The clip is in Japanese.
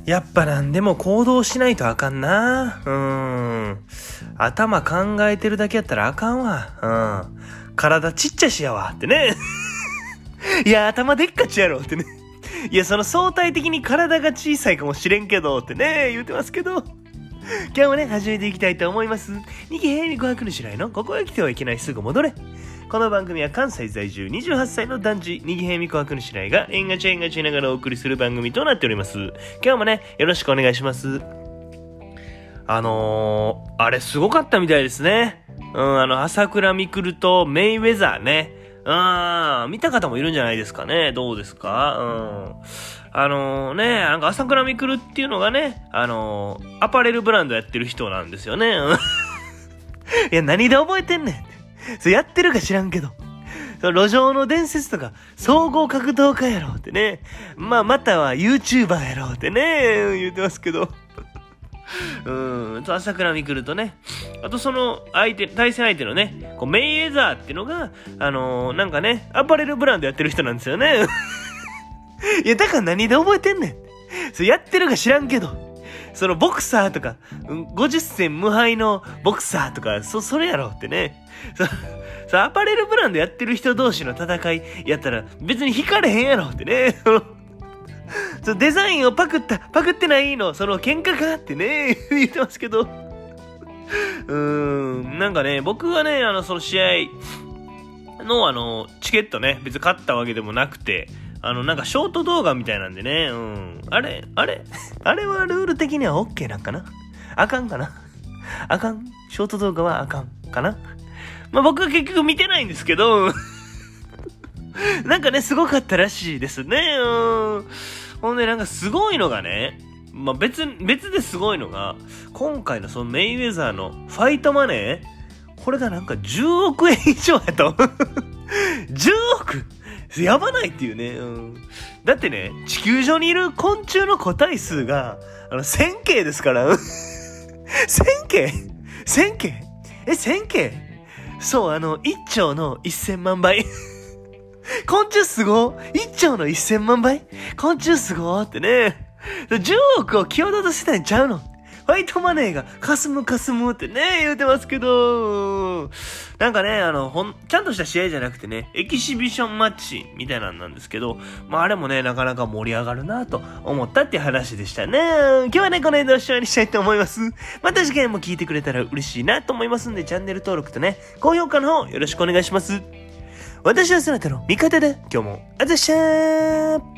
やっぱなんでも行動しないとあかんな。頭考えてるだけやったらあかんわ。体ちっちゃしやわってね。いや、頭でっかちやろってね。いや、その相対的に体が小さいかもしれんけどってね、言うてますけど。今日もね、始めていきたいと思います。二木平美琥珀主来のここへ来てはいけないすぐ戻れ。この番組は関西在住28歳の男児、二木平美琥珀主来が縁がち言いながらお送りする番組となっております。今日もね、よろしくお願いします。あれすごかったみたいですね。朝倉未来とメイウェザーね。見た方もいるんじゃないですかね。どうですか？なんか朝倉未来っていうのがね、アパレルブランドやってる人なんですよね。いや、何で覚えてんねん。それやってるか知らんけど。路上の伝説とか、総合格闘家やろってね。または YouTuber やろってね、言ってますけど。朝倉未来とね、あとその対戦相手のね、メイウェザーっていうのが、なんかね、アパレルブランドやってる人なんですよね。いや、だから何で覚えてんねん。それやってるか知らんけど。そのボクサーとか、50戦無敗のボクサーとか、それやろってね。アパレルブランドやってる人同士の戦いやったら別に惹かれへんやろってね。デザインをパクってないの、その喧嘩かってね、言ってますけど。なんかね、僕はね、その試合のチケットね、別に買ったわけでもなくて、なんかショート動画みたいなんでね、あれはルール的には OK なんかな？あかんかな？あかん？ショート動画はあかんかな？僕は結局見てないんですけど、なんかね、すごかったらしいですね。ほんでなんかすごいのがね、別ですごいのが、今回のそのメイウェザーのファイトマネー、これがなんか10億円以上やと。10億やばないっていうね。だってね、地球上にいる昆虫の個体数が、1000系ですから。1000系 ?1000 系1000系そう、1兆の1000万倍。昆虫すご！1兆の1000万倍昆虫すごってね。10億を際立たせたんちゃうの？ファイトマネーがかすむってね、言うてますけど、なんかね、ちゃんとした試合じゃなくてね、エキシビションマッチみたいなんですけど、あれもね、なかなか盛り上がるなと思ったっていう話でしたね。今日はね、この辺でおしまいにしたいと思います。また次回も聞いてくれたら嬉しいなと思いますんで、チャンネル登録とね、高評価の方よろしくお願いします。私はそなたの味方だ。今日もあざっしゃー。